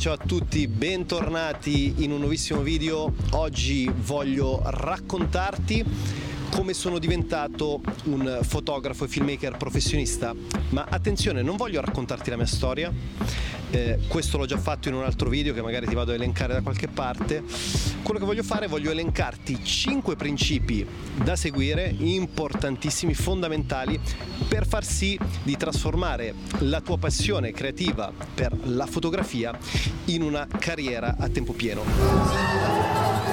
ciao a tutti, bentornati in un nuovissimo video. Oggi voglio raccontarti come sono diventato un fotografo e filmmaker professionista, ma attenzione, non voglio raccontarti la mia storia, questo l'ho già fatto in un altro video che magari ti vado a elencare da qualche parte. Quello che voglio fare, voglio elencarti 5 principi da seguire, importantissimi, fondamentali, per far sì di trasformare la tua passione creativa per la fotografia in una carriera a tempo pieno.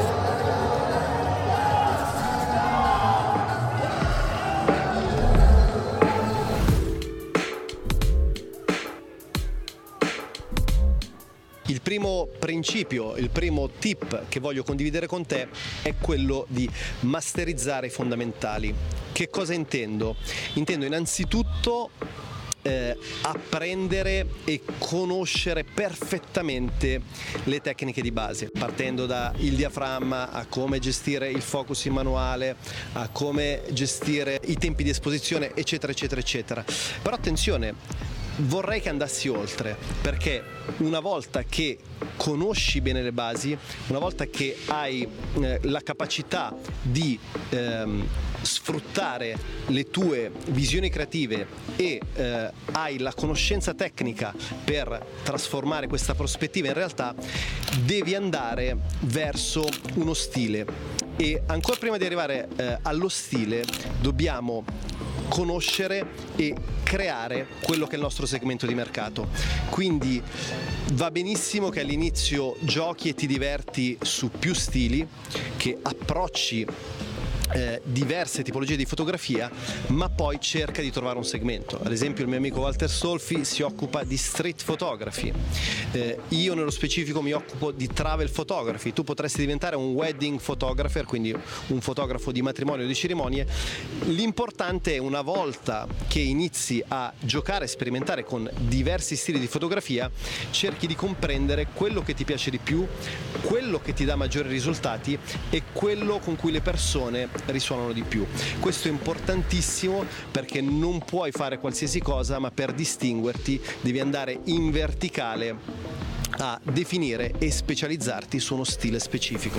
Il primo principio, il primo tip che voglio condividere con te è quello di masterizzare i fondamentali. Che cosa intendo? Intendo innanzitutto apprendere e conoscere perfettamente le tecniche di base, partendo dal diaframma a come gestire il focus in manuale, a come gestire i tempi di esposizione, eccetera eccetera eccetera. Però attenzione, vorrei che andassi oltre, perché una volta che conosci bene le basi, una volta che hai la capacità di sfruttare le tue visioni creative e hai la conoscenza tecnica per trasformare questa prospettiva in realtà, devi andare verso uno stile. E ancora prima di arrivare allo stile dobbiamo conoscere e creare quello che è il nostro segmento di mercato. Quindi va benissimo che all'inizio giochi e ti diverti su più stili, che approcci diverse tipologie di fotografia, ma poi cerca di trovare un segmento. Ad esempio il mio amico Walter Solfi si occupa di street photography, io nello specifico mi occupo di travel photography. Tu potresti diventare un wedding photographer, quindi un fotografo di matrimonio o di cerimonie. L'importante è, una volta che inizi a giocare e sperimentare con diversi stili di fotografia, cerchi di comprendere quello che ti piace di più, quello che ti dà maggiori risultati e quello con cui le persone risuonano di più. Questo è importantissimo, perché non puoi fare qualsiasi cosa, ma per distinguerti devi andare in verticale a definire e specializzarti su uno stile specifico.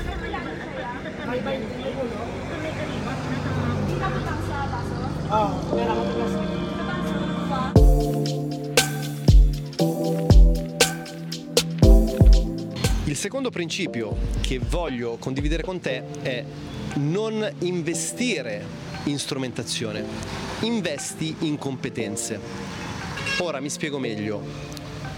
Il secondo principio che voglio condividere con te è non investire in strumentazione, investi in competenze. Ora mi spiego meglio.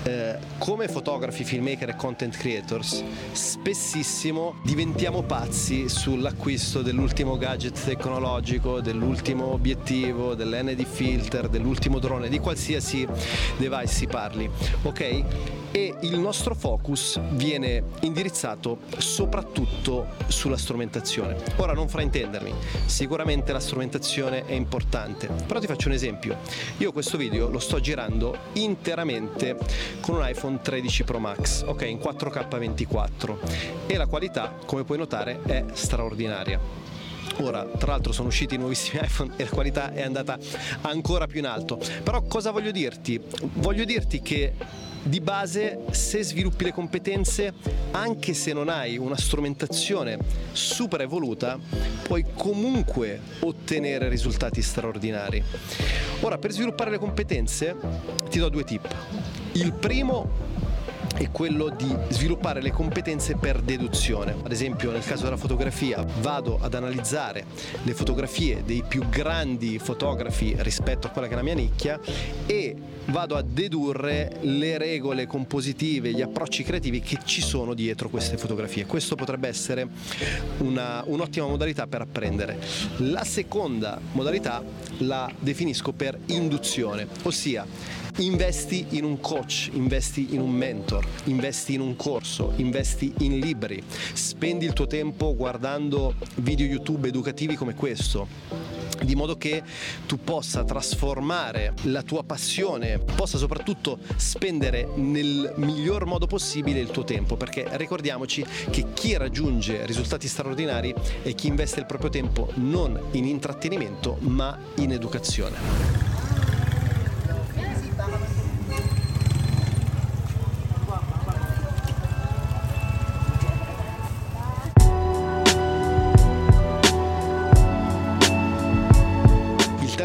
Come fotografi, filmmaker e content creators spessissimo diventiamo pazzi sull'acquisto dell'ultimo gadget tecnologico, dell'ultimo obiettivo, dell'ND filter, dell'ultimo drone, di qualsiasi device si parli, ok? E il nostro focus viene indirizzato soprattutto sulla strumentazione. Ora, non fraintendermi, sicuramente la strumentazione è importante, però ti faccio un esempio. Io questo video lo sto girando interamente con un iPhone 13 Pro Max, ok, in 4K 24, e la qualità, come puoi notare, è straordinaria. Ora, tra l'altro, sono usciti i nuovissimi iPhone e la qualità è andata ancora più in alto. Però cosa voglio dirti? Voglio dirti che di base, se sviluppi le competenze, anche se non hai una strumentazione super evoluta, puoi comunque ottenere risultati straordinari. Ora, per sviluppare le competenze ti do 2 tip. Il primo è quello di sviluppare le competenze per deduzione. Ad esempio, nel caso della fotografia, vado ad analizzare le fotografie dei più grandi fotografi rispetto a quella che è la mia nicchia e vado a dedurre le regole compositive, gli approcci creativi che ci sono dietro queste fotografie. Questo potrebbe essere un'ottima modalità per apprendere. La seconda modalità la definisco per induzione, ossia investi in un coach, investi in un mentor, investi in un corso, investi in libri, spendi il tuo tempo guardando video YouTube educativi come questo, di modo che tu possa trasformare la tua passione, possa soprattutto spendere nel miglior modo possibile il tuo tempo, perché ricordiamoci che chi raggiunge risultati straordinari è chi investe il proprio tempo non in intrattenimento ma in educazione.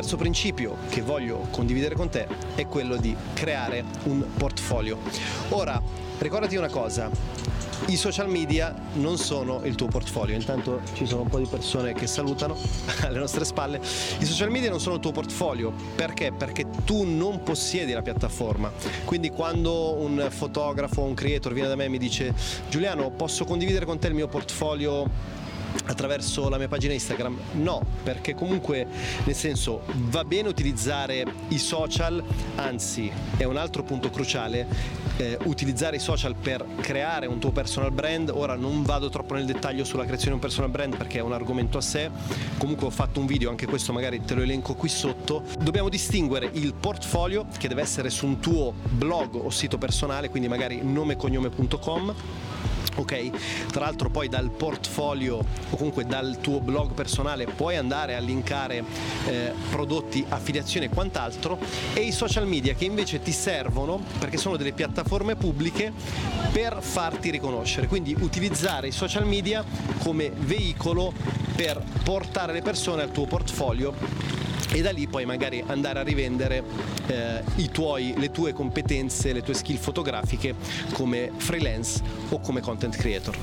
terzo principio che voglio condividere con te è quello di creare un portfolio. Ora, ricordati una cosa: i social media non sono il tuo portfolio. Intanto ci sono un po' di persone che salutano alle nostre spalle. I social media non sono il tuo portfolio. Perché? Perché tu non possiedi la piattaforma. Quindi quando un fotografo o un creator viene da me e mi dice: Giuliano, posso condividere con te il mio portfolio attraverso la mia pagina Instagram? No, perché comunque, nel senso, va bene utilizzare i social, anzi è un altro punto cruciale, utilizzare i social per creare un tuo personal brand. Ora non vado troppo nel dettaglio sulla creazione di un personal brand perché è un argomento a sé, comunque ho fatto un video, anche questo magari te lo elenco qui sotto. Dobbiamo distinguere il portfolio, che deve essere su un tuo blog o sito personale, quindi magari nomecognome.com. Ok, tra l'altro poi dal portfolio o comunque dal tuo blog personale puoi andare a linkare prodotti, affiliazioni e quant'altro, e i social media che invece ti servono perché sono delle piattaforme pubbliche per farti riconoscere, quindi utilizzare i social media come veicolo per portare le persone al tuo portfolio e da lì poi magari andare a rivendere le tue competenze, le tue skill fotografiche come freelance o come content creator.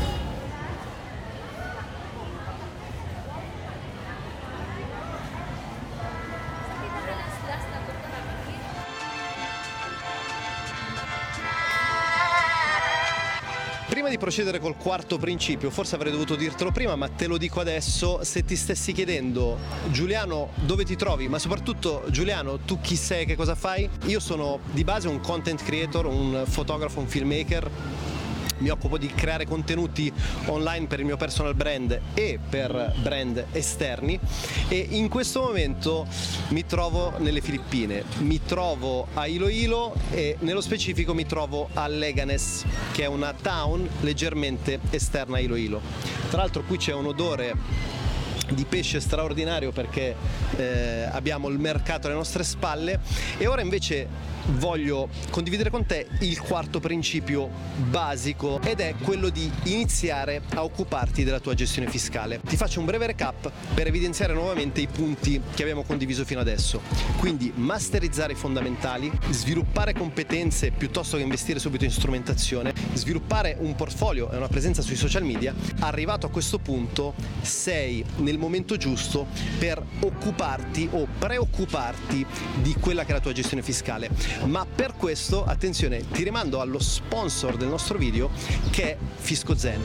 Prima di procedere col quarto principio, forse avrei dovuto dirtelo prima, ma te lo dico adesso: se ti stessi chiedendo Giuliano dove ti trovi, ma soprattutto Giuliano tu chi sei, che cosa fai, io sono di base un content creator, un fotografo, un filmmaker. Mi occupo di creare contenuti online per il mio personal brand e per brand esterni, e in questo momento mi trovo nelle Filippine, mi trovo a Iloilo e nello specifico mi trovo a Leganes, che è una town leggermente esterna a Iloilo. Tra l'altro qui c'è un odore di pesce straordinario perché abbiamo il mercato alle nostre spalle. E ora invece voglio condividere con te il quarto principio basico, ed è quello di iniziare a occuparti della tua gestione fiscale. Ti faccio un breve recap per evidenziare nuovamente i punti che abbiamo condiviso fino adesso. Quindi masterizzare i fondamentali, sviluppare competenze piuttosto che investire subito in strumentazione, sviluppare un portfolio e una presenza sui social media. Arrivato a questo punto sei nel momento giusto per occuparti o preoccuparti di quella che è la tua gestione fiscale. Ma per questo, attenzione, ti rimando allo sponsor del nostro video, che è FiscoZen.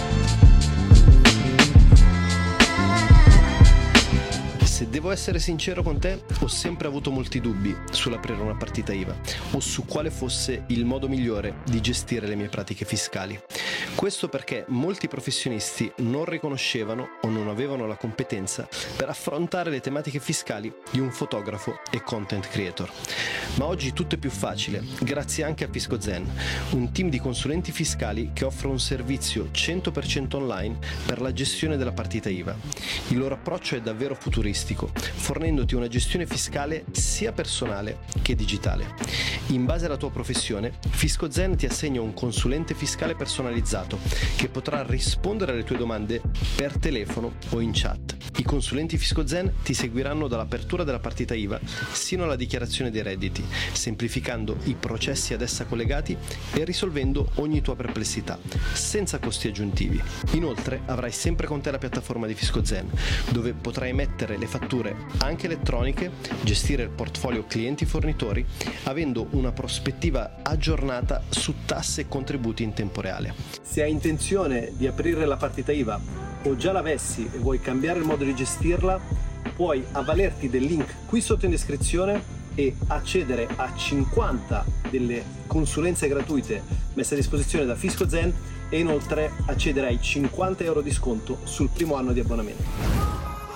Se devo essere sincero con te, ho sempre avuto molti dubbi sull'aprire una partita IVA o su quale fosse il modo migliore di gestire le mie pratiche fiscali. Questo perché molti professionisti non riconoscevano o non avevano la competenza per affrontare le tematiche fiscali di un fotografo e content creator. Ma oggi tutto è più facile, grazie anche a FiscoZen, un team di consulenti fiscali che offre un servizio 100% online per la gestione della partita IVA. Il loro approccio è davvero futuristico, fornendoti una gestione fiscale sia personale che digitale. In base alla tua professione, FiscoZen ti assegna un consulente fiscale personalizzato che potrà rispondere alle tue domande per telefono o in chat. I consulenti FiscoZen ti seguiranno dall'apertura della partita IVA sino alla dichiarazione dei redditi, semplificando i processi ad essa collegati e risolvendo ogni tua perplessità, senza costi aggiuntivi. Inoltre avrai sempre con te la piattaforma di FiscoZen, dove potrai mettere le fatture anche elettroniche, gestire il portfolio clienti-fornitori, avendo una prospettiva aggiornata su tasse e contributi in tempo reale. Se hai intenzione di aprire la partita IVA o già l'avessi e vuoi cambiare il modo di gestirla, puoi avvalerti del link qui sotto in descrizione e accedere a 50 delle consulenze gratuite messe a disposizione da FiscoZen, e inoltre accedere ai 50 euro di sconto sul primo anno di abbonamento.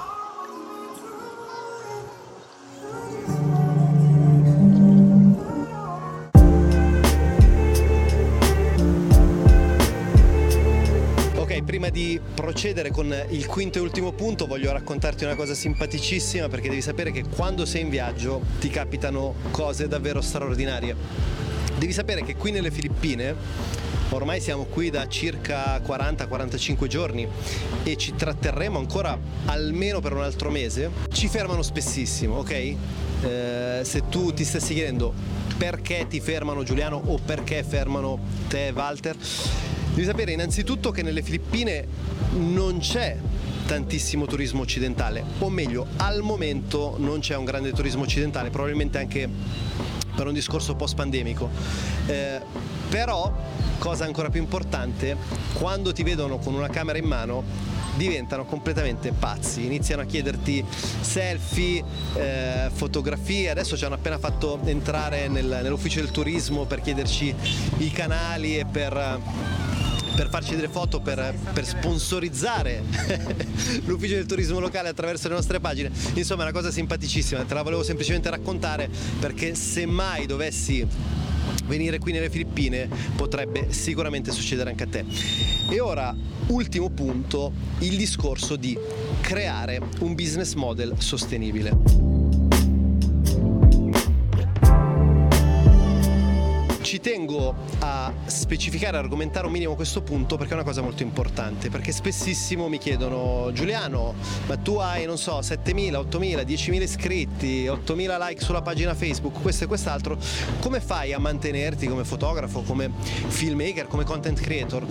Prima di procedere con il quinto e ultimo punto, voglio raccontarti una cosa simpaticissima, perché devi sapere che quando sei in viaggio ti capitano cose davvero straordinarie. Devi sapere che qui nelle Filippine ormai siamo qui da circa 40-45 giorni e ci tratterremo ancora almeno per un altro mese, ci fermano spessissimo, ok? Se tu ti stessi chiedendo perché ti fermano Giuliano o perché fermano te Walter, devi sapere innanzitutto che nelle Filippine non c'è tantissimo turismo occidentale, o meglio, al momento non c'è un grande turismo occidentale, probabilmente anche per un discorso post-pandemico. Però, cosa ancora più importante, quando ti vedono con una camera in mano diventano completamente pazzi, iniziano a chiederti selfie, fotografie. Adesso ci hanno appena fatto entrare nell'ufficio del turismo per chiederci i canali e per farci delle foto per sponsorizzare l'ufficio del turismo locale attraverso le nostre pagine. Insomma, è una cosa simpaticissima, te la volevo semplicemente raccontare perché se mai dovessi venire qui nelle Filippine potrebbe sicuramente succedere anche a te. E ora, ultimo punto, il discorso di creare un business model sostenibile. Ci tengo a specificare, argomentare un minimo questo punto perché è una cosa molto importante, perché spessissimo mi chiedono: Giuliano, ma tu hai, non so, 7.000, 8.000, 10.000 iscritti, 8.000 like sulla pagina Facebook, questo e quest'altro, come fai a mantenerti come fotografo, come filmmaker, come content creator?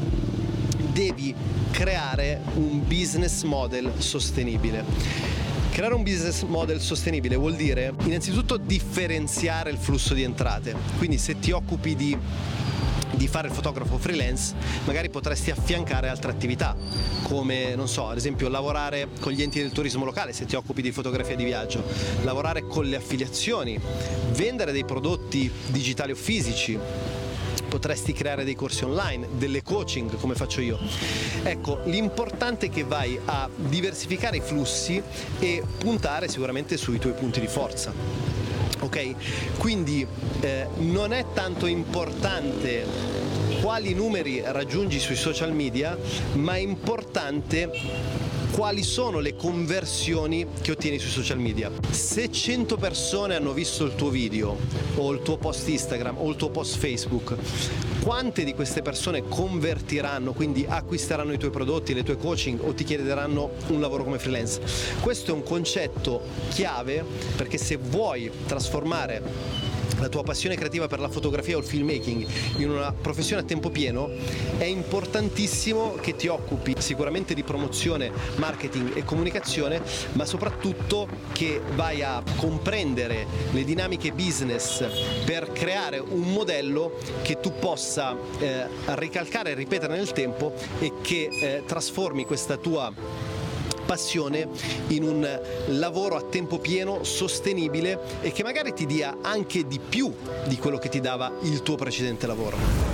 Devi creare un business model sostenibile. Creare un business model sostenibile vuol dire innanzitutto differenziare il flusso di entrate, quindi se ti occupi di fare il fotografo freelance magari potresti affiancare altre attività come, non so, ad esempio lavorare con gli enti del turismo locale se ti occupi di fotografia di viaggio, lavorare con le affiliazioni, vendere dei prodotti digitali o fisici. Potresti creare dei corsi online, delle coaching come faccio io. Ecco, l'importante è che vai a diversificare i flussi e puntare sicuramente sui tuoi punti di forza. Ok? Quindi non è tanto importante quali numeri raggiungi sui social media, ma è importante quali sono le conversioni che ottieni sui social media. Se 100 persone hanno visto il tuo video o il tuo post Instagram o il tuo post Facebook, quante di queste persone convertiranno, quindi acquisteranno i tuoi prodotti, le tue coaching o ti chiederanno un lavoro come freelance? Questo è un concetto chiave, perché se vuoi trasformare la tua passione creativa per la fotografia o il filmmaking in una professione a tempo pieno, è importantissimo che ti occupi sicuramente di promozione, marketing e comunicazione, ma soprattutto che vai a comprendere le dinamiche business per creare un modello che tu possa ricalcare e ripetere nel tempo e che trasformi questa tua passione in un lavoro a tempo pieno, sostenibile e che magari ti dia anche di più di quello che ti dava il tuo precedente lavoro.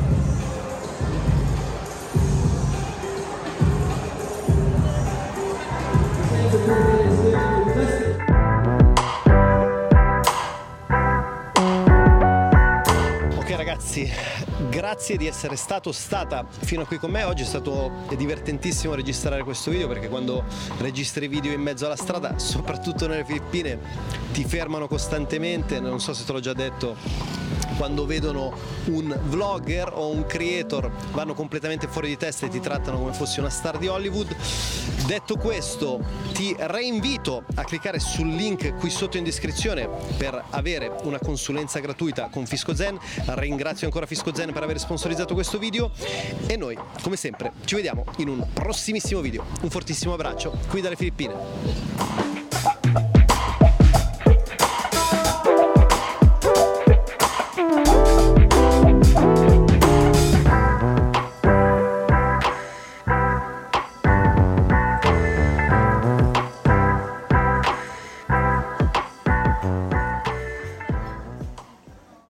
Ragazzi, grazie di essere stata fino a qui con me. Oggi è stato divertentissimo registrare questo video, perché quando registri video in mezzo alla strada, soprattutto nelle Filippine, ti fermano costantemente. Non so se te l'ho già detto, quando vedono un vlogger o un creator vanno completamente fuori di testa e ti trattano come fossi una star di Hollywood. Detto questo, ti reinvito a cliccare sul link qui sotto in descrizione per avere una consulenza gratuita con FiscoZen. Ringrazio ancora FiscoZen per aver sponsorizzato questo video e noi, come sempre, ci vediamo in un prossimissimo video. Un fortissimo abbraccio qui dalle Filippine.